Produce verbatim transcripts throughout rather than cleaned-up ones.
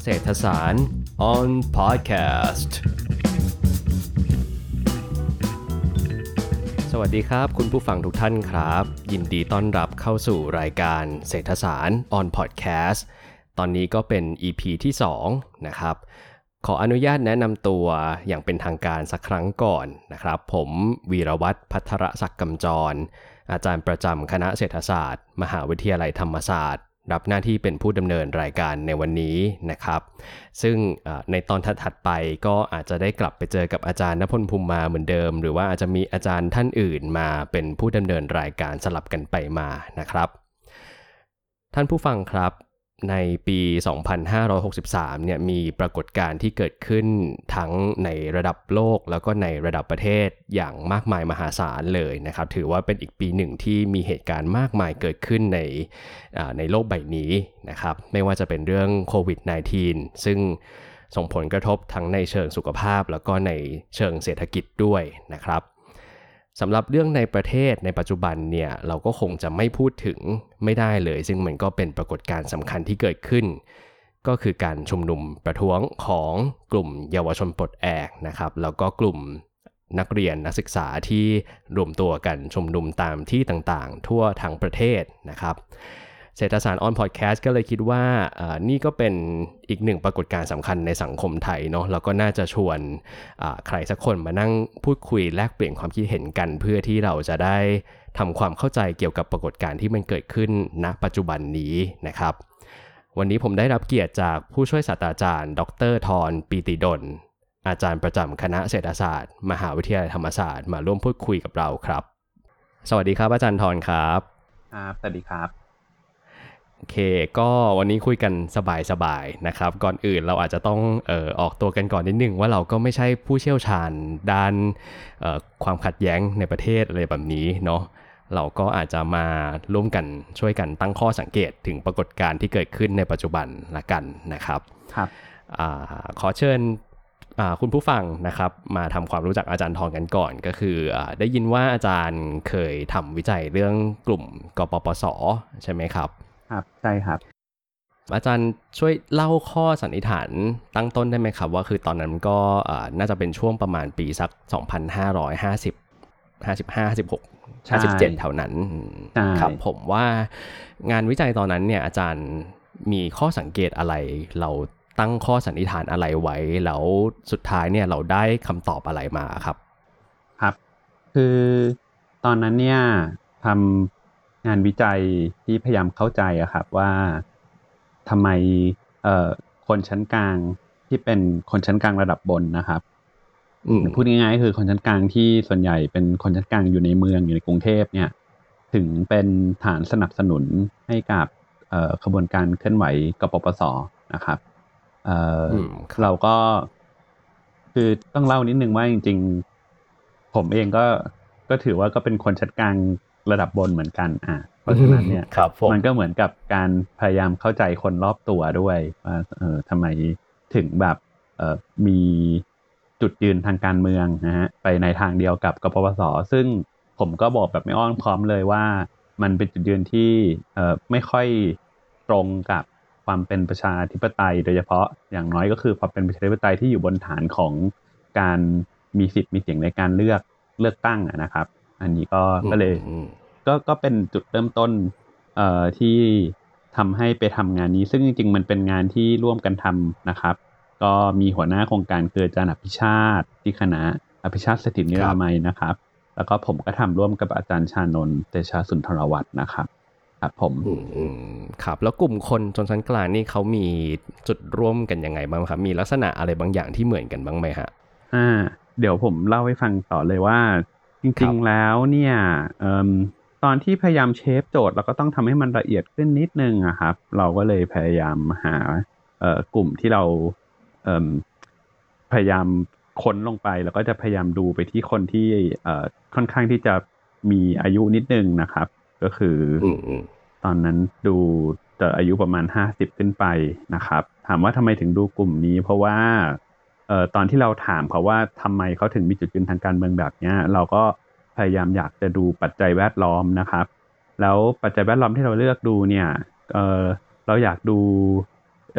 เศรษฐศาสตร์ on podcast สวัสดีครับคุณผู้ฟังทุกท่านครับยินดีต้อนรับเข้าสู่รายการเศรษฐศาสตร์ on podcast ตอนนี้ก็เป็น อี พี ที่สองนะครับขออนุญาตแนะนำตัวอย่างเป็นทางการสักครั้งก่อนนะครับผมวีรวัฒน์ภัทรศักดิ์กำจรอาจารย์ประจำคณะเศรษฐศาสตร์มหาวิทยาลัยธรรมศาสตร์รับหน้าที่เป็นผู้ดำเนินรายการในวันนี้นะครับซึ่งในตอนถัดๆไปก็อาจจะได้กลับไปเจอกับอาจารย์ณพลภูมิมาเหมือนเดิมหรือว่าอาจจะมีอาจารย์ท่านอื่นมาเป็นผู้ดำเนินรายการสลับกันไปมานะครับท่านผู้ฟังครับในปีสองพันห้าร้อยหกสิบสามเนี่ยมีปรากฏการณ์ที่เกิดขึ้นทั้งในระดับโลกแล้วก็ในระดับประเทศอย่างมากมายมหาศาลเลยนะครับถือว่าเป็นอีกปีหนึ่งที่มีเหตุการณ์มากมายเกิดขึ้นในในโลกใบนี้นะครับไม่ว่าจะเป็นเรื่องโควิด สิบเก้า ซึ่งส่งผลกระทบทั้งในเชิงสุขภาพแล้วก็ในเชิงเศรษฐกิจด้วยนะครับสำหรับเรื่องในประเทศในปัจจุบันเนี่ยเราก็คงจะไม่พูดถึงไม่ได้เลยซึ่งมันก็เป็นปรากฏการณ์สำคัญที่เกิดขึ้นก็คือการชุมนุมประท้วงของกลุ่มเยาวชนปลดแอกนะครับแล้วก็กลุ่มนักเรียนนักศึกษาที่รวมตัวกันชุมนุมตามที่ต่างๆทั่วทั้งประเทศนะครับเศรษฐศาสตร์ on podcast ก็เลยคิดว่านี่ก็เป็นอีกหนึ่งปรากฏการณ์สำคัญในสังคมไทยเนาะแล้วก็น่าจะชวนใครสักคนมานั่งพูดคุยแลกเปลี่ยนความคิดเห็นกันเพื่อที่เราจะได้ทำความเข้าใจเกี่ยวกับปรากฏการณ์ที่มันเกิดขึ้นณปัจจุบันนี้นะครับวันนี้ผมได้รับเกียรติจากผู้ช่วยศาสตราจารย์ดร.ธรปีติดลอาจารย์ประจำคณะเศรษฐศาสตร์มหาวิทยาลัยธรรมศาสตร์มาร่วมพูดคุยกับเราครับสวัสดีครับอาจารย์ธรครับครับสวัสดีครับโอเคก็วันนี้คุยกันสบายๆนะครับก่อนอื่นเราอาจจะต้องเอ่อออกตัวกันก่อนนิดนึงว่าเราก็ไม่ใช่ผู้เชี่ยวชาญด้านเอ่อความขัดแย้งในประเทศอะไรแบบนี้เนาะเราก็อาจจะมาร่วมกันช่วยกันตั้งข้อสังเกตถึงปรากฏการณ์ที่เกิดขึ้นในปัจจุบันละกันนะครับครับอ่าขอเชิญคุณผู้ฟังนะครับมาทำความรู้จักอาจารย์ทองกันก่อนก็คือได้ยินว่าอาจารย์เคยทำวิจัยเรื่องกลุ่มกปปส.ใช่ไหมครับครับใช่ครับอาจารย์ช่วยเล่าข้อสันนิษฐานตั้งต้นได้ไหมครับว่าคือตอนนั้นก็น่าจะเป็นช่วงประมาณปีสักสองพันห้าร้อยห้าสิบ ห้าสิบห้า ห้าสิบหก ห้าสิบเจ็ดแถวนั้นครับผมว่างานวิจัยตอนนั้นเนี่ยอาจารย์มีข้อสังเกตอะไรเราตั้งข้อสันนิษฐานอะไรไว้แล้วสุดท้ายเนี่ยเราได้คำตอบอะไรมาครับครับคือตอนนั้นเนี่ยทำงานวิจัยที่พยายามเข้าใจอะครับว่าทำไมเอ่อคนชั้นกลางที่เป็นคนชั้นกลางระดับบนนะครับพูดง่ายๆคือคนชั้นกลางที่ส่วนใหญ่เป็นคนชั้นกลางอยู่ในเมืองอยู่ในกรุงเทพเนี่ยถึงเป็นฐานสนับสนุนให้กับเอ่อขบวนการเคลื่อนไหวกปปส.นะครับเอ่อเราก็คือต้องเล่านิดนึงว่าจริงๆผมเองก็ก็ถือว่าก็เป็นคนชั้นกลางระดับบนเหมือนกันอ่ะเพราะฉะนั้นเนี่ยมันก็เหมือนกับการพยายามเข้าใจคนรอบตัวด้วยว่าเออทำไมถึงแบบเอ่อมีจุดยืนทางการเมืองนะฮะไปในทางเดียวกับกปปส.ซึ่งผมก็บอกแบบไม่อ้อมค้อมเลยว่ามันเป็นจุดยืนที่เอ่อไม่ค่อยตรงกับความเป็นประชาธิปไตยโดยเฉพาะอย่างน้อยก็คือความเป็นประชาธิปไตยที่อยู่บนฐานของการมีสิทธิ์มีเสียงในการเลือกเลือกตั้งนะครับอันนี้ก็ก็เลยก็ก็เป็นจุดเริ่มต้นเอ่อที่ทำให้ไปทำงานนี้ซึ่งจริงๆมันเป็นงานที่ร่วมกันทำนะครับก็มีหัวหน้าโครงการคืออาจารย์อภิชาติที่คณะอภิชาติสถิตนิรามัยนะครับแล้วก็ผมก็ทำร่วมกับอาจารย์ชานนท์เตชะสุนทรวัฒน์นะครับครับผมครับแล้วกลุ่มคนชนชั้นกลางนี่เขามีจุดร่วมกันยังไงบ้างครับมีลักษณะอะไรบางอย่างที่เหมือนกันบ้างไหมฮะอ่าเดี๋ยวผมเล่าให้ฟังต่อเลยว่าจริงๆแล้วเนี่ยเอ่อตอนที่พยายามเชฟโจทย์เราก็ต้องทำให้มันละเอียดขึ้นนิดนึงอะครับเราก็เลยพยายามหาเอ่อกลุ่มที่เราเอ่อพยายามค้นลงไปแล้วก็จะพยายามดูไปที่คนที่เอ่อค่อนข้างที่จะมีอายุนิดนึงนะครับก็คือตอนนั้นดูจะอายุประมาณห้าสิบขึ้นไปนะครับถามว่าทำไมถึงดูกลุ่มนี้เพราะว่าเอ่อตอนที่เราถามเขาว่าทำไมเขาถึงมีจุดยืนทางการเมืองแบบนี้เราก็พยายามอยากจะดูปัจจัยแวดล้อมนะครับแล้วปัจจัยแวดล้อมที่เราเลือกดูเนี่ยเอ่อเราอยากดูเอ่อ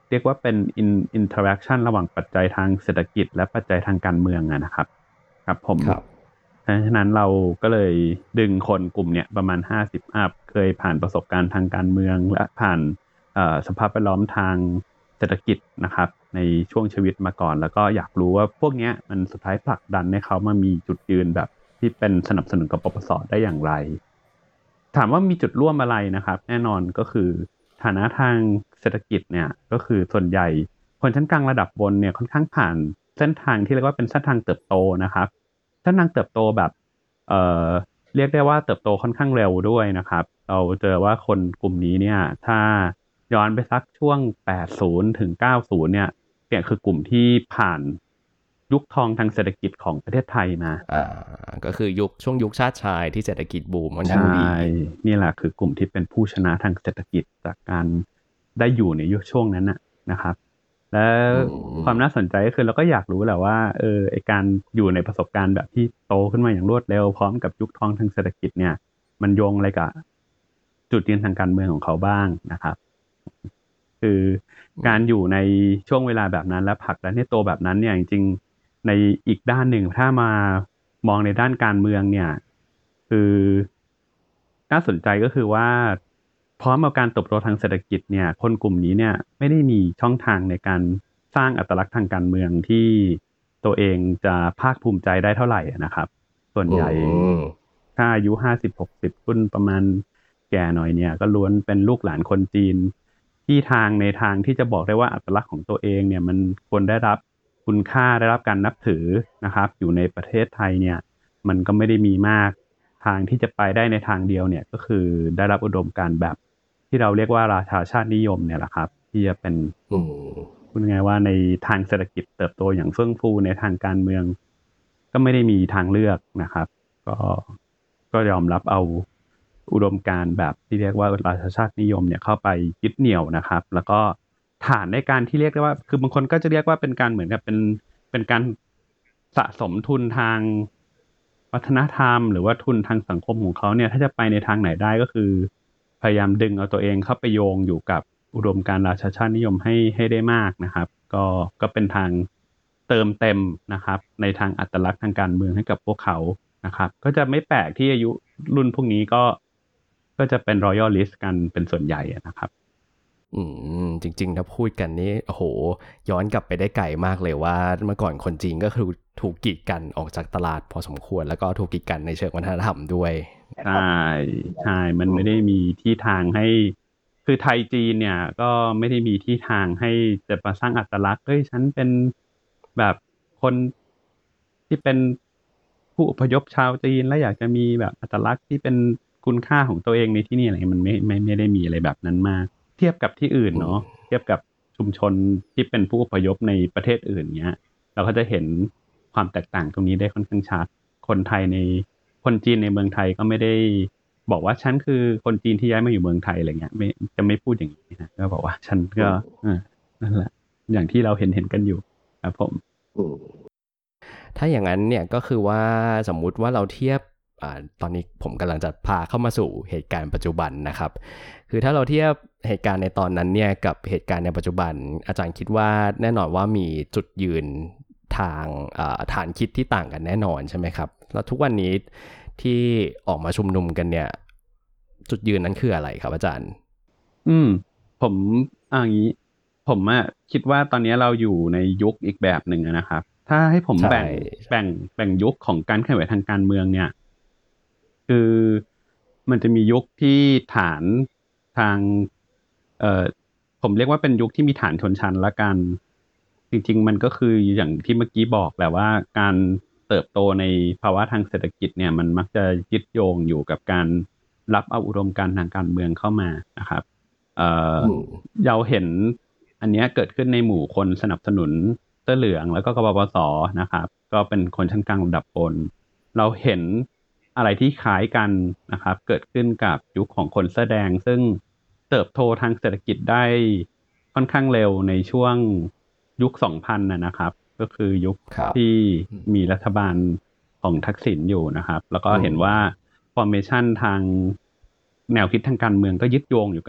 เรียกว่าเป็น interaction ระหว่างปัจจัยทางเศรษฐกิจและปัจจัยทางการเมืองนะครับครับผมครับเพราะฉะนั้นเราก็เลยดึงคนกลุ่มเนี้ยประมาณห้าสิบอัพเคยผ่านประสบการณ์ทางการเมืองและผ่านสภาพแวดล้อมทางเศรษฐกิจนะครับในช่วงชีวิตมาก่อนแล้วก็อยากรู้ว่าพวกเนี้ยมันสุดท้ายผลักดันให้เขามามีจุดยืนแบบที่เป็นสนับสนุนกับปปส.ได้อย่างไรถามว่ามีจุดร่วมอะไรนะครับแน่นอนก็คือฐานะทางเศรษฐกิจเนี่ยก็คือส่วนใหญ่คนชั้นกลางระดับบนเนี่ยค่อนข้างผ่านเส้นทางที่เรียกว่าเป็นเส้นทางเติบโตนะครับเส้นทางเติบโตแบบเอ่อเรียกได้ว่าเติบโตค่อนข้างเร็วด้วยนะครับเราเจอว่าคนกลุ่มนี้เนี่ยถ้าย้อนไปสักช่วงแปดสิบถึงเก้าสิบเนี่ยเนี่ยคือกลุ่มที่ผ่านยุคทองทางเศรษฐกิจของประเทศไทยมาอ่าก็คือยุคช่วงยุคชาติชายที่เศรษฐกิจบูมค่อนข้างดีนี่แหละคือกลุ่มที่เป็นผู้ชนะทางเศรษฐกิจจากการได้อยู่ในยุคช่วงนั้นนะครับและความน่าสนใจก็คือเราก็อยากรู้แหละว่าเออไอการอยู่ในประสบการณ์แบบที่โตขึ้นมาอย่างรวดเร็วพร้อมกับยุคทองทางเศรษฐกิจเนี่ยมันโยงอะไรกับจุดยืนทางการเมืองของเขาบ้างนะครับคือการอยู่ในช่วงเวลาแบบนั้นและผลักดันให้โตแบบนั้นเนี่ยจริงๆในอีกด้านหนึ่งถ้ามามองในด้านการเมืองเนี่ยคือน่าสนใจก็คือว่าพร้อมกับการเติบโตทางเศรษฐกิจเนี่ยคนกลุ่มนี้เนี่ยไม่ได้มีช่องทางในการสร้างอัตลักษณ์ทางการเมืองที่ตัวเองจะภาคภูมิใจได้เท่าไหร่นะครับส่วนใหญ่ถ้าอายุห้าสิบ หกสิบรุ่นประมาณแก่หน่อยเนี่ยก็ล้วนเป็นลูกหลานคนจีนที่ทางในทางที่จะบอกได้ว่าอัตลักษณ์ของตัวเองเนี่ยมันควรได้รับคุณค่าได้รับการนับถือนะครับอยู่ในประเทศไทยเนี่ยมันก็ไม่ได้มีมากทางที่จะไปได้ในทางเดียวเนี่ยก็คือได้รับอุดมการณ์แบบที่เราเรียกว่าราชาชาตินิยมเนี่ยแหละครับที่จะเป็นพูดง่ายว่าในทางเศรษฐกิจเติบโตอย่างเฟื่องฟูในทางการเมืองก็ไม่ได้มีทางเลือกนะครับก็ก็ยอมรับเอาอุดมการณ์แบบที่เรียกว่าราชาชาตินิยมเนี่ยเข้าไปยึดเหนี่ยวนะครับแล้วก็ฐานในการที่เรียกได้ว่าคือบางคนก็จะเรียกว่าเป็นการเหมือนกับเป็นเป็นการสะสมทุนทางวัฒนธรรมหรือว่าทุนทางสังคมของเขาเนี่ยถ้าจะไปในทางไหนได้ก็คือพยายามดึงเอาตัวเองเข้าไปโยงอยู่กับอุดมการณ์ราชาชาตินิยมให้ให้ได้มากนะครับก็ก็เป็นทางเติมเต็มนะครับในทางอัตลักษณ์ทางการเมืองให้กับพวกเขานะครับก็จะไม่แปลกที่อายุรุ่นพวกนี้ก็ก็จะเป็น royalist กันเป็นส่วนใหญ่นะครับอืมจริงๆถ้าพูดกันนี่โอ้โหย้อนกลับไปได้ไกลมากเลยว่าเมื่อก่อนคนจีนก็คือถูกกีดกันออกจากตลาดพอสมควรแล้วก็ถูกกีดกันในเชิงวัฒนธรรมด้วยใช่ใช่มันไม่ได้มีที่ทางให้คือไทยจีนเนี่ยก็ไม่ได้มีที่ทางให้จะมาสร้างอัตลักษณ์เฮ้ยฉันเป็นแบบคนที่เป็นผู้อพยพชาวจีนและอยากจะมีแบบอัตลักษณ์ที่เป็นคุณค่าของตัวเองในที่นี่อะไรมันไม่ไม่ไม่ได้มีอะไรแบบนั้นมากเทียบกับที่อื่นเนาะเทียบกับชุมชนที่เป็นผู้อพยพในประเทศอื่นเงี้ยเราก็จะเห็นความแตกต่างตรงนี้ได้ค่อนข้างชัดคนไทยในคนจีนในเมืองไทยก็ไม่ได้บอกว่าฉันคือคนจีนที่ย้ายมาอยู่เมืองไทยอะไรเงี้ยไม่จะไม่พูดอย่างนี้นะก็บอกว่าฉันก็นั่นแหละอย่างที่เราเห็นเห็นกันอยู่ครับผมถ้าอย่างนั้นเนี่ยก็คือว่าสมมุติว่าเราเทียบอ่าตอนนี้ผมกำลังจะพาเข้ามาสู่เหตุการณ์ปัจจุบันนะครับคือถ้าเราเทียบเหตุการณ์ในตอนนั้นเนี่ยกับเหตุการณ์ในปัจจุบันอาจารย์คิดว่าแน่นอนว่ามีจุดยืนทางฐานคิดที่ต่างกันแน่นอนใช่ไหมครับแล้วทุกวันนี้ที่ออกมาชุมนุมกันเนี่ยจุดยืนนั้นคืออะไรครับอาจารย์อืมผมอ่าอย่างนี้ผมอ่ะคิดว่าตอนนี้เราอยู่ในยุคอีกแบบหนึ่งนะครับถ้าให้ผมแบ่งแบ่งแบ่งยุคของการเคลื่อนไหวทางการเมืองเนี่ยคือมันจะมียุคที่ฐานทางเอ่อผมเรียกว่าเป็นยุคที่มีฐานชนชั้นละกันจริงๆมันก็คืออย่างที่เมื่อกี้บอกแหละว่าการเติบโตในภาวะทางเศรษฐกิจเนี่ยมันมักจะยึดโยงอยู่กับการรับเอาอุดมการณ์ทางการเมืองเข้ามานะครับเอ่อเราเห็นอันนี้เกิดขึ้นในหมู่คนสนับสนุนเสื้อเหลืองแล้วก็กปปส.นะครับก็เป็นคนชั้นกลางระดับบนเราเห็นอะไรที่คล้ายกันนะครับเกิดขึ้นกับยุคของคนเสื้อแดงซึ่งเติบโตทางเศรษฐกิจได้ค่อนข้างเร็วในช่วงยุค สองพัน น่ะนะครับก็คือยุคที่มีรัฐบาลของทักษิณอยู่นะครับแล้วก็เห็นว่า formation ทางแนวคิดทางการเมืองก็ยึดโยงอยู่กับ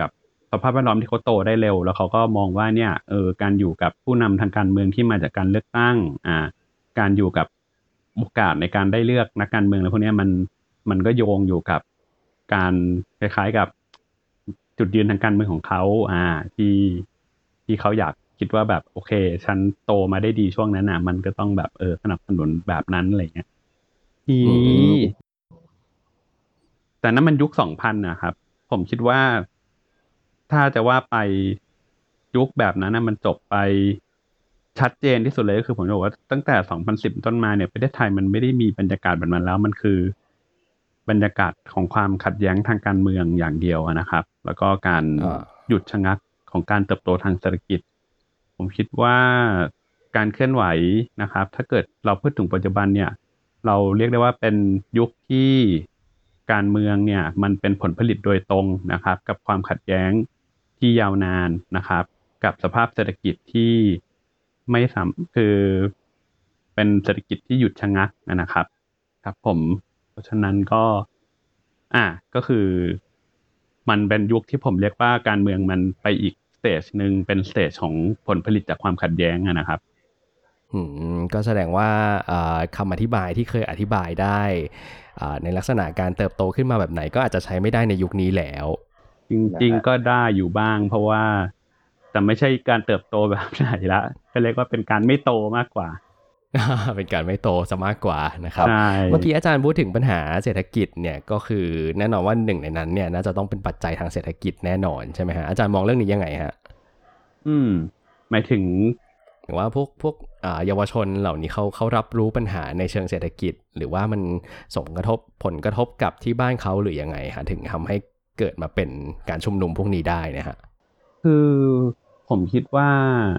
สภาพแวดล้อมที่เขาโตได้เร็วแล้วเขาก็มองว่าเนี่ยเออการอยู่กับผู้นำทางการเมืองที่มาจากการเลือกตั้งอ่าการอยู่กับโอกาสในการได้เลือกนักการเมืองอะไรพวกนี้มันมันก็โยงอยู่กับการคล้ายๆกับจุดยืนทางการเมืองของเขาอ่าที่ที่เขาอยากคิดว่าแบบโอเคฉันโตมาได้ดีช่วงนั้นน่ะมันก็ต้องแบบเออสนับสนุนแบบนั้นอะไรเงี้ยทีอืนี้มแต่นั้นมันยุคสองพันนะครับผมคิดว่าถ้าจะว่าไปยุคแบบนั้นนะมันจบไปชัดเจนที่สุดเลยก็คือผมจะบอกว่าตั้งแต่สองพันสิบต้นมาเนี่ยประเทศไทยมันไม่ได้มีบรรยากาศแบบนั้นแล้วมันคือบรรยากาศของความขัดแย้งทางการเมืองอย่างเดียวอะนะครับแล้วก็การอ่าหยุดชะงักของการเติบโตทางเศรษฐกิจผมคิดว่าการเคลื่อนไหวนะครับถ้าเกิดเราพูดถึงปัจจุบันเนี่ย เราเรียกได้ว่าเป็นยุคที่การเมืองเนี่ยมันเป็นผลผลิตโดยตรงนะครับกับความขัดแย้งที่ยาวนานนะครับกับสภาพเศรษฐกิจที่ไม่สามคือเป็นเศรษฐกิจที่หยุดชะงักนะครับครับผมเพราะฉะนั้นก็อ่ะก็คือมันเป็นยุคที่ผมเรียกว่าการเมืองมันไปอีกสเตจหนึ่งเป็นสเตจของผลผลิตจากความขัดแย้งอะนะครับอืมก็แสดงว่าอ่าคำอธิบายที่เคยอธิบายได้อ่าในลักษณะการเติบโตขึ้นมาแบบไหนก็อาจจะใช้ไม่ได้ในยุคนี้แล้วจนะฮะริงๆก็ได้อยู่บ้างเพราะว่าแต่ไม่ใช่การเติบโตแบบไหนละก็เรียกว่าเป็นการไม่โตมากกว่าเป็นการไม่โตซะมากกว่านะครับใช่เมื่อกี้อาจารย์พูดถึงปัญหาเศรษฐกิจเนี่ยก็คือแน่นอนว่าหนึ่งในนั้นเนี่ยน่าจะต้องเป็นปัจจัยทางเศรษฐกิจแน่นอนใช่ไหมฮะอาจารย์มองเรื่องนี้ยังไงฮะอืมหมายถึงหรือว่าพวกพวกอ่าเยาวชนเหล่านี้เขาเขารับรู้ปัญหาในเชิงเศรษฐกิจหรือว่ามันส่งกระทบผลกระทบกับที่บ้านเขาหรือยังไงฮะถึงทำให้เกิดมาเป็นการชุมนุมพวกนี้ได้นะฮะคือผมคิดว่า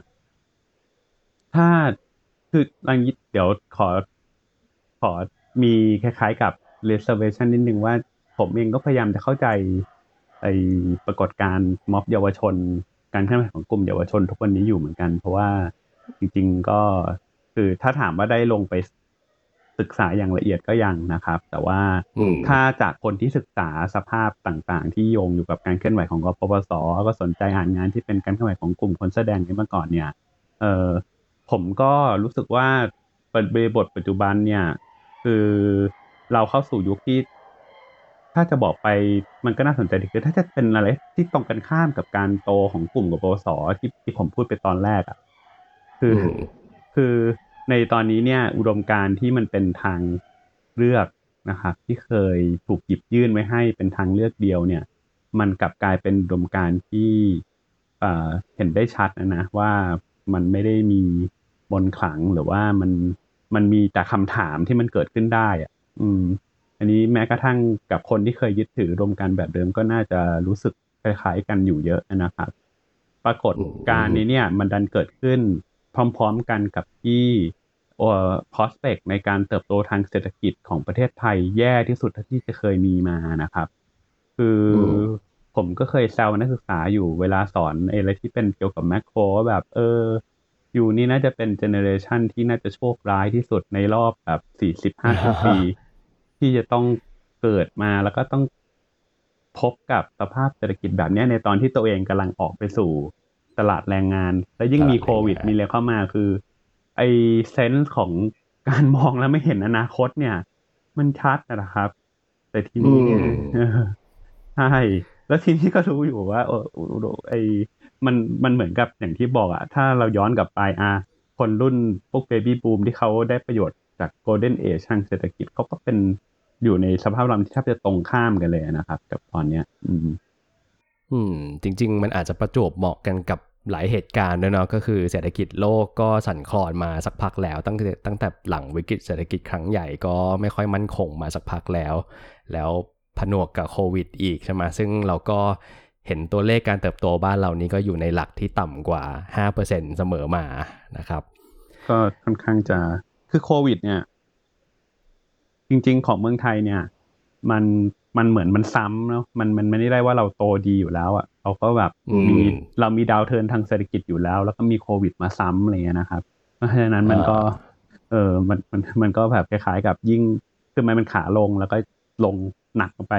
ถ้าคืออันนี้เดี๋ยวขอขอมีคล้ายๆกับ reservation นิดนึงว่าผมเองก็พยายามจะเข้าใจไอ้ปรากฏการณ์ม็อบเยาวชนการเคลื่อนไหวของกลุ่มเยาวชนทุกวันนี้อยู่เหมือนกันเพราะว่าจริงๆก็คือถ้าถามว่าได้ลงไปศึกษาอย่างละเอียดก็ยังนะครับแต่ว่าอืมถ้าจากคนที่ศึกษาสภาพต่างๆที่โยงอยู่กับการเคลื่อนไหวของกปปสก็สนใจอ่านงานที่เป็นการเคลื่อนไหวของกลุ่มคนแสอแดงนี้มาก่อนเนี่ยเออ ผมก็รู้สึกว่าบริบทปัจจุบันเนี่ยคือเราเข้าสู่ยุคที่ถ้าจะบอกไปมันก็น่าสนใจดีคือถ้าจะเป็นอะไรที่ตรงกันข้ามกับการโตของกลุ่มกปปสที่ที่ผมพูดไปตอนแรกอ่ะคืออืมคือในตอนนี้เนี่ยอุดมการณ์ที่มันเป็นทางเลือกนะครับที่เคยถูกหยิบยื่นไว้ให้เป็นทางเลือกเดียวเนี่ยมันกลับกลายเป็นอุดมการณ์ที่ เอ่อเห็นได้ชัดนะนะว่ามันไม่ได้มีมนต์ขลังหรือว่ามันมันมีแต่คำถามที่มันเกิดขึ้นได้อ่ะอืมอันนี้แม้กระทั่งกับคนที่เคยยึดถืออุดมการณ์แบบเดิมก็น่าจะรู้สึกคล้ายๆกันอยู่เยอะนะครับปรากฏอืการณ์มนี้เนี่ยมันดันเกิดขึ้นพร้อมๆกันกับที่เอ่อ prospect ในการเติบโตทางเศรษฐกิจของประเทศไทยแย่ที่สุดเท่าที่จะเคยมีมานะครับ คืออืมผมก็เคยแซวนักศึกษาอยู่เวลาสอนอะไรที่เป็นเกี่ยวกับแมคโครว่าแบบเอออยู่นี่น่าจะเป็นเจเนอเรชันที่น่าจะโชคร้ายที่สุดในรอบแบบสี่สิบห้าสิบปีที่จะต้องเกิดมาแล้วก็ต้องพบกับสภาพเศรษฐกิจแบบเนี้ยในตอนที่ตัวเองกำลังออกไปสู่ตลาดแรงงาน แล้วยิ่งตลามีโคดแรงงานวิดมีอะไรเข้ามาคือไอเซนส์ของการมองแล้วไม่เห็นอนาคตเนี่ยมันชัดนะครับ แต่ทีอืนี้เนี่ยมเออใช่แล้วทีนี้ก็รู้อยู่ว่าเอออุดไอมันมันเหมือนกับอย่างที่บอกอะถ้าเราย้อนกลับไปอ่ะคนรุ่นพวกเบบี้บูมที่เขาได้ประโยชน์จากโกลเด้นเอจทางเศรษฐกิจเขาก็เป็นอยู่ในสภาพแวดล้อมที่แทบจะตรงข้ามกันเลยนะครับกับตอนเนี้ยอืมอืมจริงๆมันอาจจะประจวบเหมาะกันกับหลายเหตุการณ์ด้วยเนาะก็คือเศรษฐกิจโลกก็สั่นคลอนมาสักพักแล้วตั้งแต่ตั้งแต่หลังวิกฤตเศรษฐกิจครั้งใหญ่ก็ไม่ค่อยมั่นคงมาสักพักแล้วแล้วผนวกกับโควิดอีกใช่ไหมซึ่งเราก็เห็นตัวเลขการเติบโตบ้านเรานี้ก็อยู่ในหลักที่ต่ำกว่า ห้าเปอร์เซ็นต์ เสมอมานะครับก็ค่อนข้างจะคือโควิดเนี่ย จริงๆของเมืองไทยเนี่ยมันมันเหมือนมันซ้ำเนาะมันมันไม่ได้ว่าเราโตดีอยู่แล้วอ่ะเราก็แบบอืมีมเรามีดาวเทิร์นทางเศรษฐกิจอยู่แล้วแล้วก็มีโควิดมาซ้ำอะไรเงี้ยนะครับเพราะฉะนั้นเอ่มันก็อเออมันมันมันก็แบบคล้ายๆกับยิ่งคือมันเป็นขาลงแล้วก็ลงหนักลงไป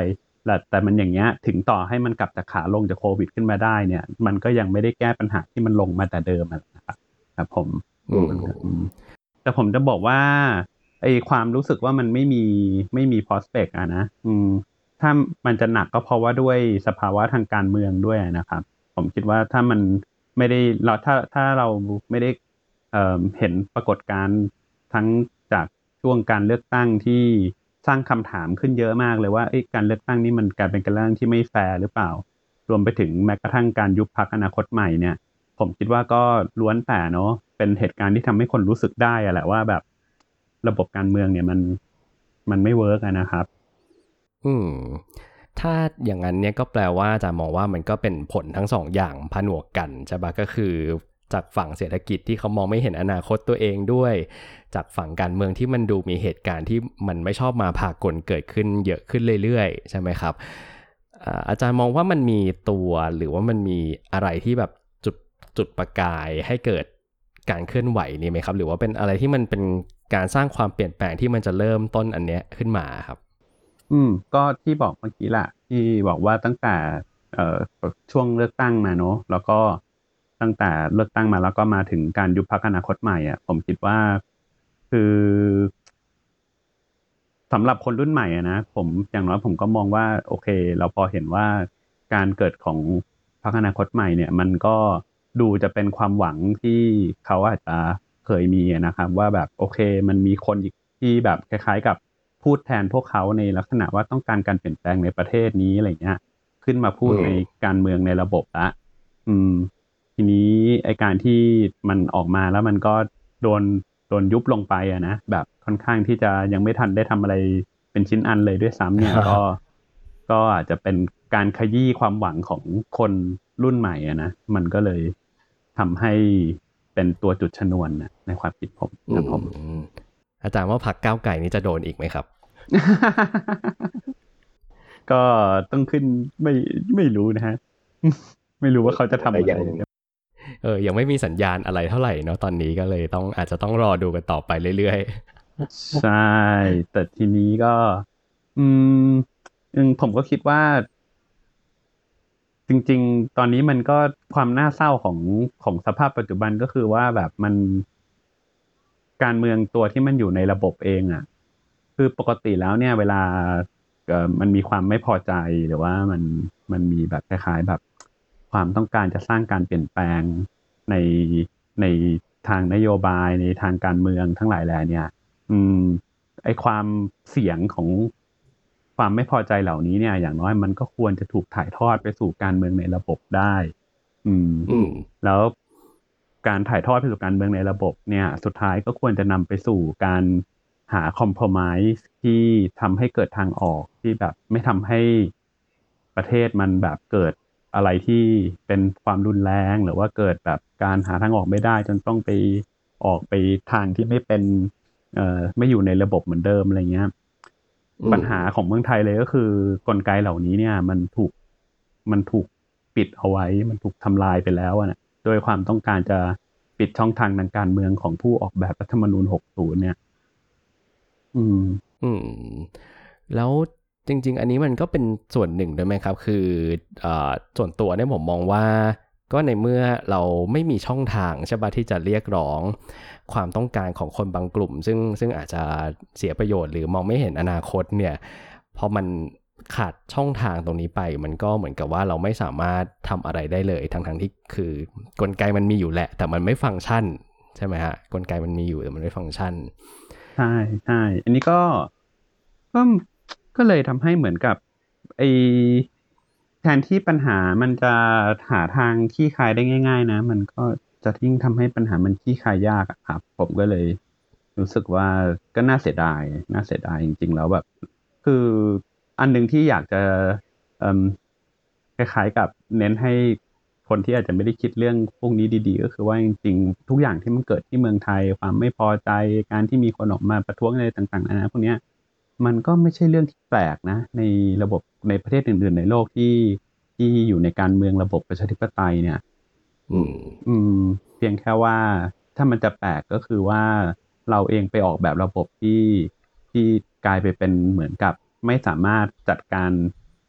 แต่แต่มันอย่างเงี้ยถึงต่อให้มันกลับจากขาลงจากโควิดขึ้นมาได้เนี่ยมันก็ยังไม่ได้แก้ปัญหาที่มันลงมาแต่เดิมนะครับครับผมอืมแต่ผมจะบอกว่าไอความรู้สึกว่ามันไม่มีไม่มี prospect อะนะอืมถ้ามันจะหนักก็เพราะว่าด้วยสภาวะทางการเมืองด้วยนะครับผมคิดว่าถ้ามันไม่ได้เราถ้าถ้าเราไม่ได้เอ่อเห็นปรากฏการณ์ทั้งจากช่วงการเลือกตั้งที่สร้างคำถามขึ้นเยอะมากเลยว่าการเลือกตั้งนี่มันกลายเป็นการเลือกตั้งที่ไม่แฟร์หรือเปล่ารวมไปถึงแม้กระทั่งการยุบพรรคอนาคตใหม่เนี่ยผมคิดว่าก็ล้วนแต่เนาะเป็นเหตุการณ์ที่ทำให้คนรู้สึกได้อะแหละว่าแบบระบบการเมืองเนี่ยมันมันไม่เวิร์กนะครับอืมถ้าอย่างนั้นเนี่ยก็แปลว่าจะมองว่ามันก็เป็นผลทั้งสองอย่างผนวกกันใช่ปะก็คือจากฝั่งเศรษฐกิจที่เขามองไม่เห็นอนาคตตัวเองด้วยจากฝั่งการเมืองที่มันดูมีเหตุการณ์ที่มันไม่ชอบมาพากลเกิดขึ้นเยอะขึ้นเรื่อยๆใช่ไหมครับอาจารย์มองว่ามันมีตัวหรือว่ามันมีอะไรที่แบบจุดจุดประกายให้เกิดการเคลื่อนไหวนี่ไหมครับหรือว่าเป็นอะไรที่มันเป็นการสร้างความเปลี่ยนแปลงที่มันจะเริ่มต้นอันเนี้ยขึ้นมาครับอืมก็ที่บอกเมื่อกี้แหละที่บอกว่าตั้งแต่เอ่อช่วงเลือกตั้งมาเนอะแล้วก็ตั้งแต่เลือกตั้งมาแล้วก็มาถึงการยุบพรรคอนาคตใหม่อ่ะผมคิดว่าคือสำหรับคนรุ่นใหม่อะนะผมอย่างน้อยผมก็มองว่าโอเคเราพอเห็นว่าการเกิดของพรรคอนาคตใหม่เนี่ยมันก็ดูจะเป็นความหวังที่เขาอาจจะเคยมีนะครับว่าแบบโอเคมันมีคนอีกที่แบบคล้ายๆกับพูดแทนพวกเขาในลักษณะว่าต้องการการเปลี่ยนแปลงในประเทศนี้อะไรเงี้ยขึ้นมาพูดในการเมืองในระบบละอืมทีนี้ไอการที่มันออกมาแล้วมันก็โดน โดนยุบลงไปอะนะแบบค่อนข้างที่จะยังไม่ทันได้ทำอะไรเป็นชิ้นอันเลยด้วยซ้ำเนี่ยก็ก็อาจจะเป็นการขยี้ความหวังของคนรุ่นใหม่อะนะมันก็เลยทำให้เป็นตัวจุดชนวนนะในความคิดผมนะผมอาจารย์ว่าพรรคก้าวไกลนี้จะโดนอีกไหมครับก็ต้องขึ้นไม่ไม่รู้นะฮะไม่รู้ว่าเขาจะทำอะไรเออยังไม่มีสัญญาณอะไรเท่าไหร่เนาะตอนนี้ก็เลยต้องอาจจะต้องรอดูกันต่อไปเรื่อยใช่แต่ทีนี้ก็อืมอืมผมก็คิดว่า จริงๆ ตอนนี้มันก็ความน่าเศร้าของของสภาพปัจจุบันก็คือว่าแบบมันการเมืองตัวที่มันอยู่ในระบบเองอ่ะคือปกติแล้วเนี่ยเวลาเอ่อมันมีความไม่พอใจหรือว่ามันมันมีแบบคล้ายๆแบบความต้องการจะสร้างการเปลี่ยนแปลงในในทางนโยบายในทางการเมืองทั้งหลายแหล่เนี่ย อืมไอความเสียงของความไม่พอใจเหล่านี้เนี่ยอย่างน้อยมันก็ควรจะถูกถ่ายทอดไปสู่การเมืองในระบบได้ อืมๆอืมแล้วการถ่ายทอดไปสู่การเมืองในระบบเนี่ยสุดท้ายก็ควรจะนำไปสู่การหาคอม p r o m i s e ที่ทำให้เกิดทางออกที่แบบไม่ทำให้ประเทศมันแบบเกิดอะไรที่เป็นความรุนแรงหรือว่าเกิดแบบการหาทางออกไม่ได้จนต้องไปออกไปทางที่ไม่เป็น เอ่อไม่อยู่ในระบบเหมือนเดิมอะไรเงี้ยปัญหาของเมืองไทยเลยก็คือกลไกเหล่านี้เนี่ยมันถูกมันถูกปิดเอาไว้มันถูกทำลายไปแล้วอะนะโดยความต้องการจะปิดช่องทางทางการเมืองของผู้ออกแบบรัฐธรรมนูญหกสิบเนี่ยอืมอืมแล้วจริงๆอันนี้มันก็เป็นส่วนหนึ่งด้วยไหมครับคือเอ่อส่วนตัวเนี่ยผมมองว่าก็ในเมื่อเราไม่มีช่องทางใช่ปะที่จะเรียกร้องความต้องการของคนบางกลุ่มซึ่งซึ่งอาจจะเสียประโยชน์หรือมองไม่เห็นอนาคตเนี่ยพอมันขาดช่องทางตรงนี้ไปมันก็เหมือนกับว่าเราไม่สามารถทำอะไรได้เลยทั้งๆที่คือกลไกมันมีอยู่แหละแต่มันไม่ฟังก์ชันใช่ไหมฮะกลไกมันมีอยู่แต่มันไม่ฟังก์ชันใช่ใช่อันนี้ก็ก็ก็เลยทำให้เหมือนกับไอแทนที่ปัญหามันจะหาทางคลี่คลายได้ง่ายๆนะมันก็จะยิ่งทำให้ปัญหามันคลี่คลายยากอะครับผมก็เลยรู้สึกว่าก็น่าเสียดายน่าเสียดายจริงๆแล้วแบบคืออันหนึ่งที่อยากจะเอ่มคล้ายๆกับเน้นให้คนที่อาจจะไม่ได้คิดเรื่องพวกนี้ดีๆก็คือว่าจริงๆทุกอย่างที่มันเกิดที่เมืองไทยความไม่พอใจการที่มีคนออกมาประท้วงอะไรต่างๆนานาพวกเนี้ย มันก็ไม่ใช่เรื่องที่แปลกนะในระบบในประเทศอื่นๆในโลกที่ที่อยู่ในการเมืองระบบประชาธิปไตยเนี่ยอืมอืมเพียงแค่ว่าถ้ามันจะแปลกก็คือว่าเราเองไปออกแบบระบบที่ที่กลายไปเป็นเหมือนกับไม่สามารถจัดการ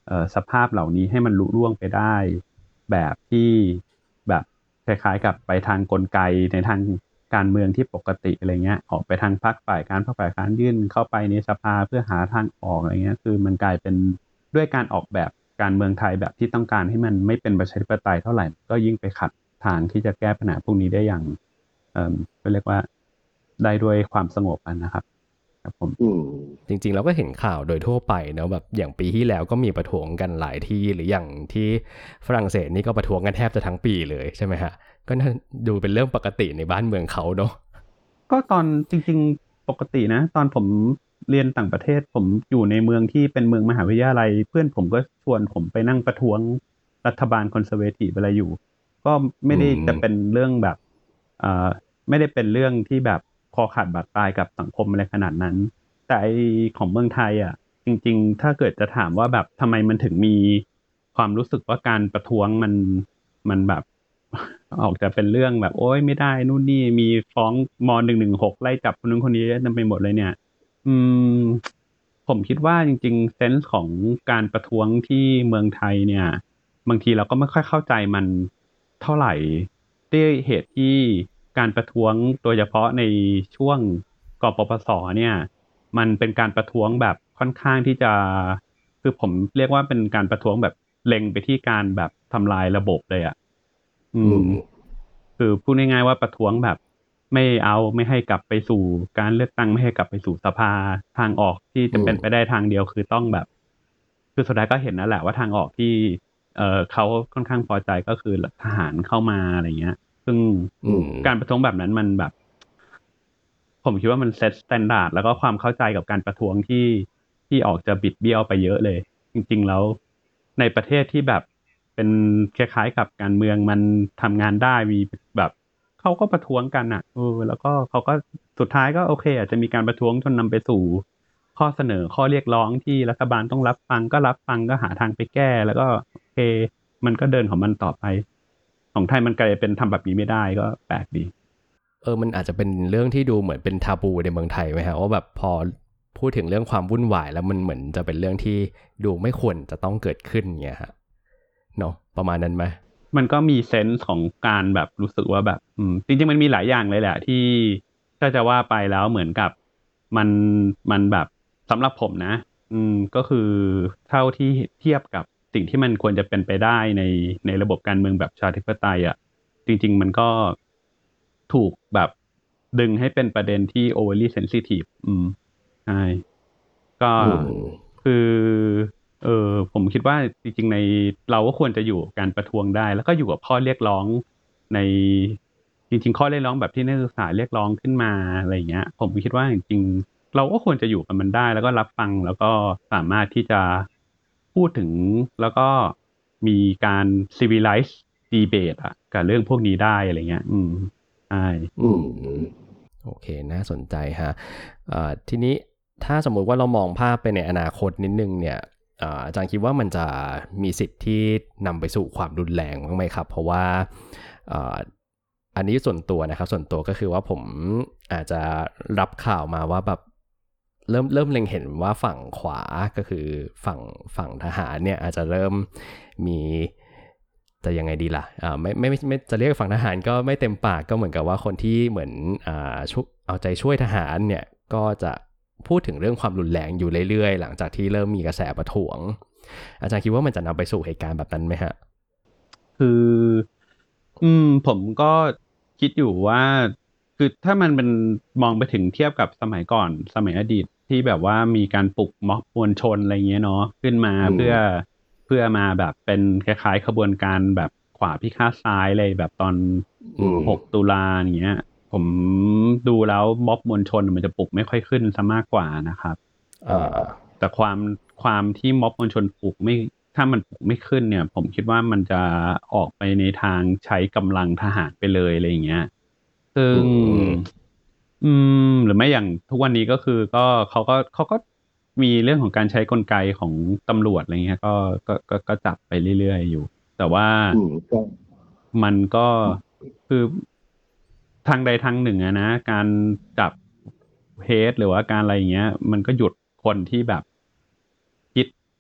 เอ่อสภาพเหล่านี้ให้มันลุล่วงไปได้แบบที่แบบคล้ายๆกับไปทางกลไกในทางการเมืองที่ปกติอะไรเงี้ยออกไปทางพรรคฝ่ายการพรรคฝ่ายค้านยื่นเข้าไปในสภาเพื่อหาทางออกอะไรเงี้ยคือมันกลายเป็นด้วยการออกแบบการเมืองไทยแบบที่ต้องการให้มันไม่เป็นประชาธิปไตยเท่าไหร่ก็ยิ่งไปขัดทางที่จะแก้ปัญหาพวกนี้ได้อย่างเอ่อก็เรียกว่าได้ด้วยความสงบนะครับครับผมจริงๆเราก็เห็นข่าวโดยทั่วไปเนาะแบบอย่างปีที่แล้วก็มีประท้วงกันหลายที่หรืออย่างที่ฝรั่งเศสนี่ก็ประท้วงกันแทบจะทั้งปีเลยใช่ไหมฮะก็น่าดูเป็นเรื่องปกติในบ้านเมืองเขาเนาะก็ตอนจริงๆปกตินะตอนผมเรียนต่างประเทศผมอยู่ในเมืองที่เป็นเมืองมหาวิทยาลัยเพื่อนผมก็ชวนผมไปนั่งประท้วงรัฐบาลคอนเซอร์เวทีฟอะไรอยู่ก็ไม่ได้จะเป็นเรื่องแบบเอ่อไม่ได้เป็นเรื่องที่แบบคอขาดบาดตายกับสังคมอะไรขนาดนั้นแต่ไอของเมืองไทยอ่ะจริงๆถ้าเกิดจะถามว่าแบบทำไมมันถึงมีความรู้สึกว่าการประท้วงมันมันแบบ ออกจะเป็นเรื่องแบบโอ๊ยไม่ได้นู่นนี่มีฟ้องมหนึ่งหนึ่งหกไล่จับคนนู้นคนนี้เต็มไปหมดเลยเนี่ยอืมผมคิดว่าจริงๆเซนส์ของการประท้วงที่เมืองไทยเนี่ยบางทีเราก็ไม่ค่อยเข้าใจมันเท่าไหร่ด้วยเหตุที่การประท้วงโดยเฉพาะในช่วงกปปสเนี่ยมันเป็นการประท้วงแบบค่อนข้างที่จะคือผมเรียกว่าเป็นการประท้วงแบบเล็งไปที่การแบบทำลายระบบเลยอ่ะ อืมคือพูดง่ายๆว่าประท้วงแบบไม่เอาไม่ให้กลับไปสู่การเลือกตั้งไม่ให้กลับไปสู่สภาทางออกที่จะเป็นไปได้ทางเดียวคือต้องแบบคือสุดท้ายก็เห็นนั่นแหละว่าทางออกที่เอ่อเขาค่อนข้างพอใจก็คือทหารเข้ามาอะไรเงี้ยซึ่งการประท้วงแบบนั้นมันแบบผมคิดว่ามันเซตสแตนดาร์ดแล้วก็ความเข้าใจกับการประท้วงที่ที่ออกจะบิดเบี้ยวไปเยอะเลยจริงๆแล้วในประเทศที่แบบ เป็นคล้ายๆกับการเมืองมันทำงานได้มีแบบเขาก็ประท้วงกันอ่ะเออแล้วก็เขาก็สุดท้ายก็โอเคอาจจะมีการประท้วงจนนำไปสู่ข้อเสนอข้อเรียกร้องที่รัฐบาลต้องรับฟังก็รับฟังก็หาทางไปแก้แล้วก็โอเคมันก็เดินของมันต่อไปของไทยมันกลายเป็นทำแบบนี้ไม่ได้ก็แปลกดีเออมันอาจจะเป็นเรื่องที่ดูเหมือนเป็นทาบูในเมืองไทยไหมฮะว่าแบบพอพูดถึงเรื่องความวุ่นวายแล้วมันเหมือนจะเป็นเรื่องที่ดูไม่ควรจะต้องเกิดขึ้นเงี้ยฮะเนาะประมาณนั้นไหมมันก็มีเซนส์ของการแบบรู้สึกว่าแบบอืมจริงๆมันมีหลายอย่างเลยแหละที่ถ้าจะว่าไปแล้วเหมือนกับมันมันแบบสำหรับผมนะอืมก็คือเท่าที่เทียบกับสิ่งที่มันควรจะเป็นไปได้ในในระบบการเมืองแบบประชาธิปไตยอ่ะจริงๆมันก็ถูกแบบดึงให้เป็นประเด็นที่ overly sensitive อืมใช่ก็คือเออผมคิดว่าจริงๆในเราก็ควรจะอยู่กับการประท้วงได้แล้วก็อยู่กับข้อเรียกร้องในจริงๆข้อเรียกร้องแบบที่นักศึกษาเรียกร้องขึ้นมาอะไรอย่างเงี้ยผมคิดว่าจริงๆเราก็ควรจะอยู่กับมันได้แล้วก็รับฟังแล้วก็สามารถที่จะพูดถึงแล้วก็มีการ civilize debate อะกับเรื่องพวกนี้ได้อะไรเงี้ยอืมใช่อืมโอเคน่าสนใจฮะทีนี้ถ้าสมมุติว่าเรามองภาพไปในอนาคตนิดนึงเนี่ยอาจารย์คิดว่ามันจะมีสิทธิ์ที่นำไปสู่ความรุนแรงบ้างไหมครับเพราะว่าอันนี้ส่วนตัวนะครับส่วนตัวก็คือว่าผมอาจจะรับข่าวมาว่าแบบเริ่มเริ่มเล็งเห็นว่าฝั่งขวาก็คือฝั่งฝั่งทหารเนี่ยอาจจะเริ่มมีจะยังไงดีล่ะอ่าไม่ไม่ไม่จะเรียกฝั่งทหารก็ไม่เต็มปากก็เหมือนกับว่าคนที่เหมือนอ่าชุเอาใจช่วยทหารเนี่ยก็จะพูดถึงเรื่องความรุนแรงอยู่เรื่อยๆหลังจากที่เริ่มมีกระแสประท้วงอาจารย์คิดว่ามันจะนำไปสู่เหตุการณ์แบบนั้นไหมฮะคืออืมผมก็คิดอยู่ว่าคือถ้ามันเป็นมองไปถึงเทียบกับสมัยก่อนสมัยอดีตที่แบบว่ามีการปลุกม็อบมวลชนอะไรเงี้ยเนาะขึ้นมาเพื่อเพื่อมาแบบเป็นคล้ายๆขบวนการแบบขวาพิฆาตซ้ายเลยแบบตอนหกตุลาอย่างเงี้ยผมดูแล้วม็อบมวลชนมันจะปลุกไม่ค่อยขึ้นซะมากกว่านะครับเอ่อแต่ความความที่ม็อบมวลชนปลุกไม่ถ้ามันปลุกไม่ขึ้นเนี่ยผมคิดว่ามันจะออกไปในทางใช้กำลังทหารไปเลยอะไรอย่างเงี้ยซึ่งอืมหรือไม่อย่างทุกวันนี้ก็คือก็เขาก็เขาก็มีเรื่องของการใช้กลไกของตำรวจอะไรเงี้ยก็ก็ก็ก็จับไปเรื่อยๆอยู่แต่ว่ามันก็คือทางใดทางหนึ่งอะนะการจับเฮดหรือว่าการอะไรอย่างเงี้ยมันก็หยุดคนที่แบบคิด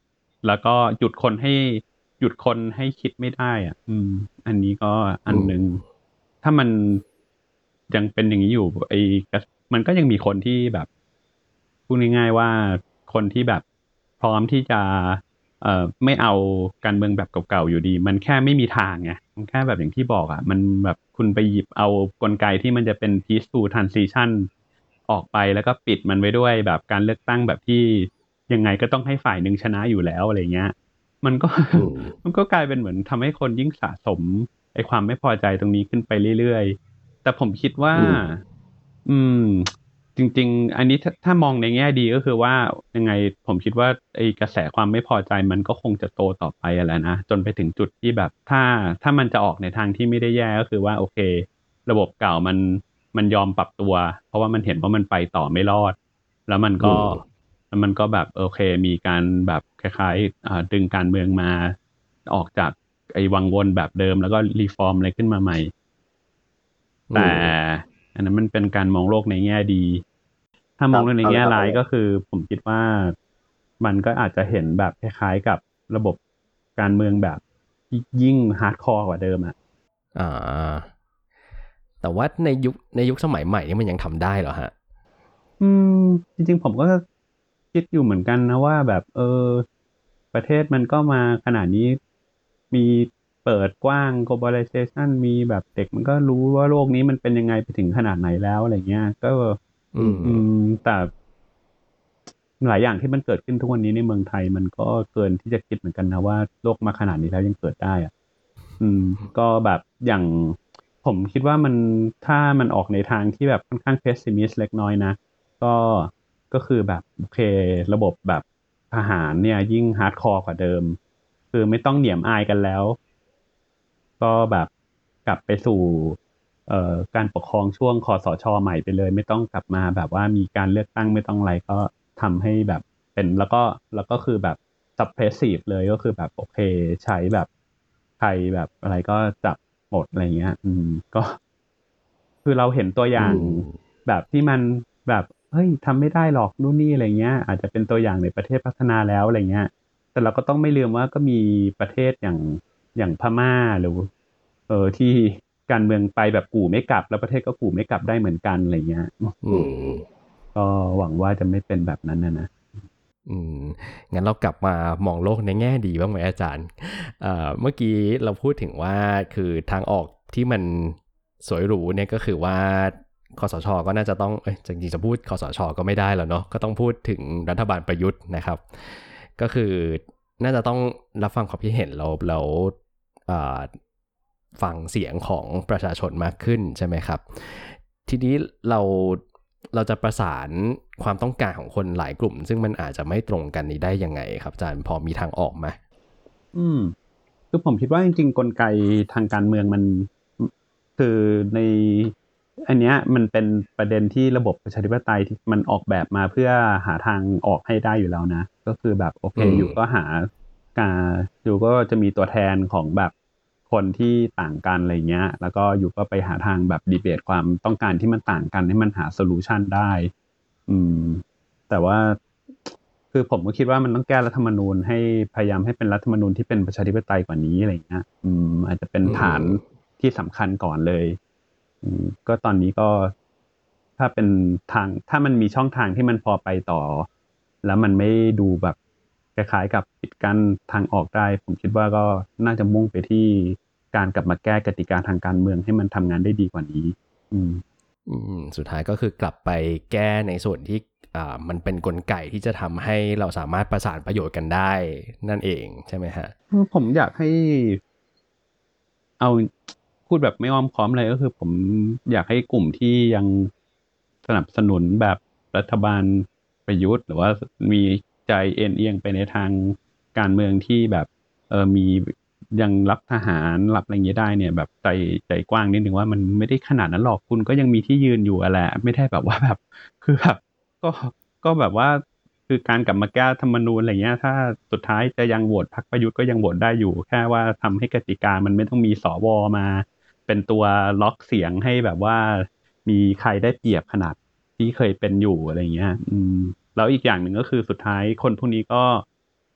แล้วก็หยุดคนให้หยุดคนให้คิดไม่ได้อ่ะอืมอันนี้ก็อันหนึ่งถ้ามันยังเป็นอย่างนี้อยู่ไอ้มันก็ยังมีคนที่แบบพูดง่ายๆว่าคนที่แบบพร้อมที่จะเอ่อไม่เอาการเมืองแบบเก่าๆอยู่ดีมันแค่ไม่มีทางไงมันแค่แบบอย่างที่บอกอ่ะมันแบบคุณไปหยิบเอากลไกที่มันจะเป็น peaceful transition ออกไปแล้วก็ปิดมันไว้ด้วยแบบการเลือกตั้งแบบที่ยังไงก็ต้องให้ฝ่ายหนึ่งชนะอยู่แล้วอะไรเงี้ยมันก็อืมมันก็กลายเป็นเหมือนทำให้คนยิ่งสะสมไอ้ความไม่พอใจตรงนี้ขึ้นไปเรื่อยๆแต่ผมคิดว่าอืมอืมจริงๆอันนี้ถ้าถ้ามองในแง่ดีก็คือว่ายังไงผมคิดว่าไอ้กระแสความไม่พอใจมันก็คงจะโตต่อไปอะแหละนะจนไปถึงจุดที่แบบถ้าถ้ามันจะออกในทางที่ไม่ได้แย่ก็คือว่าโอเคระบบเก่ามันมันยอมปรับตัว เพราะว่ามันเห็นว่ามันไปต่อไม่รอด แล้วมันอืก็มแล้วมันก็แบบโอเคมีการแบบคล้ายๆอ่าดึงการเมืองมาออกจากไอ้วังวนแบบเดิมแล้วก็รีฟอร์มอะไรขึ้นมาใหม่อืแต่มอันนั้นมันเป็นการมองโลกในแง่ดี ถ้าครับมองโลกในเอาเลยครับแง่ร้ายเอาเลยก็คือผมคิดว่ามันก็อาจจะเห็นแบบคล้ายๆกับระบบการเมืองแบบยิ่งฮาร์ดคอร์กว่าเดิมอ่ะอ่าแต่ว่าในยุคในยุคสมัยใหม่นี่มันยังทำได้เหรอฮะอืมจริงๆผมก็คิดอยู่เหมือนกันนะว่าแบบเออประเทศมันก็มาขนาดนี้มีเปิดกว้าง globalization มีแบบเด็กมันก็รู้ว่าโลกนี้มันเป็นยังไงไปถึงขนาดไหนแล้วอะไรเงี้ยก็อืมอืมแต่หลายอย่างที่มันเกิดขึ้นทุกวันนี้ในเมืองไทยมันก็เกินที่จะคิดเหมือนกันนะว่าโลกมาขนาดนี้แล้วยังเกิดได้อะ อืมก็แบบอย่างผมคิดว่ามันถ้ามันออกในทางที่แบบค่อนข้างเพสซิมิสเล็กน้อยนะก็ก็คือแบบโอเคระบบแบบทหารเนี่ยยิ่งฮาร์ดคอร์กว่าเดิมคือไม่ต้องเหนี่ยมอายกันแล้วก็แบบกลับไปสู่เอ่อการปกครองช่วงคสชใหม่ไปเลยไม่ต้องกลับมาแบบว่ามีการเลือกตั้งไม่ต้องอะไรก็ทำให้แบบเป็นแล้วก็แล้วก็คือแบบ suppressive เลยก็คือแบบโอเคใช้แบบใครแบบอะไรก็จับหมดอะไรเงี้ยอืมก็คือเราเห็นตัวออืย่างมแบบที่มันแบบเฮ้ยทำไม่ได้หรอกนู่นนี่อะไรเงี้ยอาจจะเป็นตัวอย่างในประเทศพัฒนาแล้วอะไรเงี้ยแต่เราก็ต้องไม่ลืมว่าก็มีประเทศอย่างอย่างพม่าหรือเออที่การเมืองไปแบบกู่ไม่กลับแล้วประเทศก็กู่ไม่กลับได้เหมือนกันอะไรเงี้ยอืมก็หวังว่าจะไม่เป็นแบบนั้นนะนะอืมงั้นเรากลับมามองโลกในแง่ดีบ้างไหมอาจารย์เอ่อเมื่อกี้เราพูดถึงว่าคือทางออกที่มันสวยหรูเนี่ยก็คือว่าคสชก็น่าจะต้องเอ้ยจริงๆจะพูดคสชก็ไม่ได้แล้วเนาะก็ต้องพูดถึงรัฐบาลประยุทธ์นะครับก็คือน่าจะต้องรับฟังความคิดเห็นเราเราเอ่อฟังเสียงของประชาชนมากขึ้นใช่ไหมครับทีนี้เรา เราจะประสานความต้องการของคนหลายกลุ่มซึ่งมันอาจจะไม่ตรงกันนี้ได้ยังไงครับอาจารย์พอมีทางออกไหมอืม คือผมคิดว่าจริงๆกลไกทางการเมืองมันคือในอันเนี้ยมันเป็นประเด็นที่ระบบประชาธิปไตยที่มันออกแบบมาเพื่อหาทางออกให้ได้อยู่แล้วนะก็คือแบบโอเคอืมอยู่ก็หาการอยู่ก็จะมีตัวแทนของแบบคนที่ต่างกันอะไรเงี้ยแล้วก็อยู่ก็ไปหาทางแบบดีเบตความต้องการที่มันต่างกันให้มันหาโซลูชันได้อืม แต่ว่าคือผมก็คิดว่ามันต้องแก้รัฐธรรมนูญให้พยายามให้เป็นรัฐธรรมนูญที่เป็นประชาธิปไตยกว่านี้อะไรอย่างเงี้ยอืมอาจจะเป็นอืฐานมที่สำคัญก่อนเลยอืมก็ตอนนี้ก็ถ้าเป็นทางถ้ามันมีช่องทางที่มันพอไปต่อแล้วมันไม่ดูแบบคล้ายๆกับปิดกั้นทางออกได้ผมคิดว่าก็น่าจะมุ่งไปที่การกลับมาแก้กติกาทางการเมืองให้มันทำงานได้ดีกว่านี้อืมอืมสุดท้ายก็คือกลับไปแก้ในส่วนที่อ่ามันเป็นกลไกที่จะทำให้เราสามารถประสานประโยชน์กันได้นั่นเองใช่ไหมฮะผมอยากให้เอาพูดแบบไม่อ้อมค้อมเลยก็คือผมอยากให้กลุ่มที่ยังสนับสนุนแบบรัฐบาลประยุทธ์หรือว่ามีใจเอ็นเอียงไปในทางการเมืองที่แบบเออมียังรับทหารรับอะไรเงี้ยได้เนี่ยแบบใจใจกว้างนิดนึงว่ามันไม่ได้ขนาดนั้นหรอกคุณก็ยังมีที่ยืนอยู่อะแหละไม่ได้แบบว่าแบบคือแบบก็ก็แบบว่า คือการกลับมาแก้รัฐธรรมนูญอะไรเงี้ยถ้าสุดท้ายจะยังโหวตพรรคประยุทธ์ก็ยังโหวตได้อยู่แค่ว่าทำให้กติกามันไม่ต้องมีสวมาเป็นตัวล็อกเสียงให้แบบว่ามีใครได้เปรียบขนาดที่เคยเป็นอยู่อะไรเงี้ยอืมแล้วอีกอย่างหนึ่งก็คือสุดท้ายคนพวกนี้ก็ก็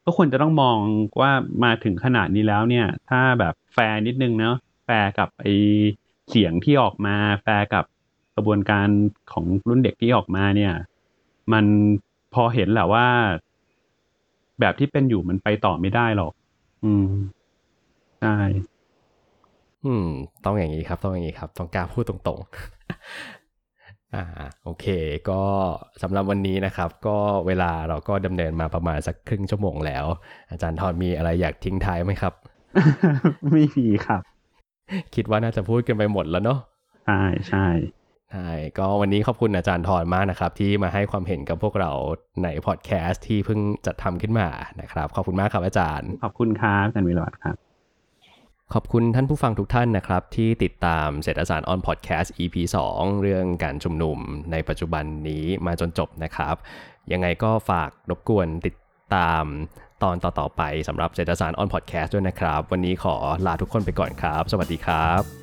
ก็ควรจะต้องมองว่ามาถึงขนาดนี้แล้วเนี่ยถ้าแบบแฟร์นิดนึงเนาะแฟร์กับไอเสียงที่ออกมาแฟร์กับกระบวนการของรุ่นเด็กที่ออกมาเนี่ยมันพอเห็นแหละว่าแบบที่เป็นอยู่มันไปต่อไม่ได้หรอกอืมใช่อืมต้องอย่างนี้ครับต้องอย่างนี้ครับต้องกล้าพูดตรงๆ อ่าโอเคก็สำหรับวันนี้นะครับก็เวลาเราก็ดำเนินมาประมาณสักครึ่งชั่วโมงแล้วอาจารย์ทอนมีอะไรอยากทิ้งท้ายไหมครับไม่มีครับคิดว่าน่าจะพูดกันไปหมดแล้วเนาะใช่ใช่ใช่ก็วันนี้ขอบคุณอาจารย์ทอนมากนะครับที่มาให้ความเห็นกับพวกเราในพอดแคสต์ที่เพิ่งจัดทำขึ้นมานะครับขอบคุณมากครับอาจารย์ขอบคุณครับอาจารย์วิโรจน์ครับขอบคุณท่านผู้ฟังทุกท่านนะครับที่ติดตามเศรษฐศาสตร์ออนพอดแคสต์ อี พี สอง เรื่องการชุมนุมในปัจจุบันนี้มาจนจบนะครับยังไงก็ฝากรบกวนติดตามตอนต่อๆไปสำหรับเศรษฐศาสตร์ออนพอดแคสต์ด้วยนะครับวันนี้ขอลาทุกคนไปก่อนครับสวัสดีครับ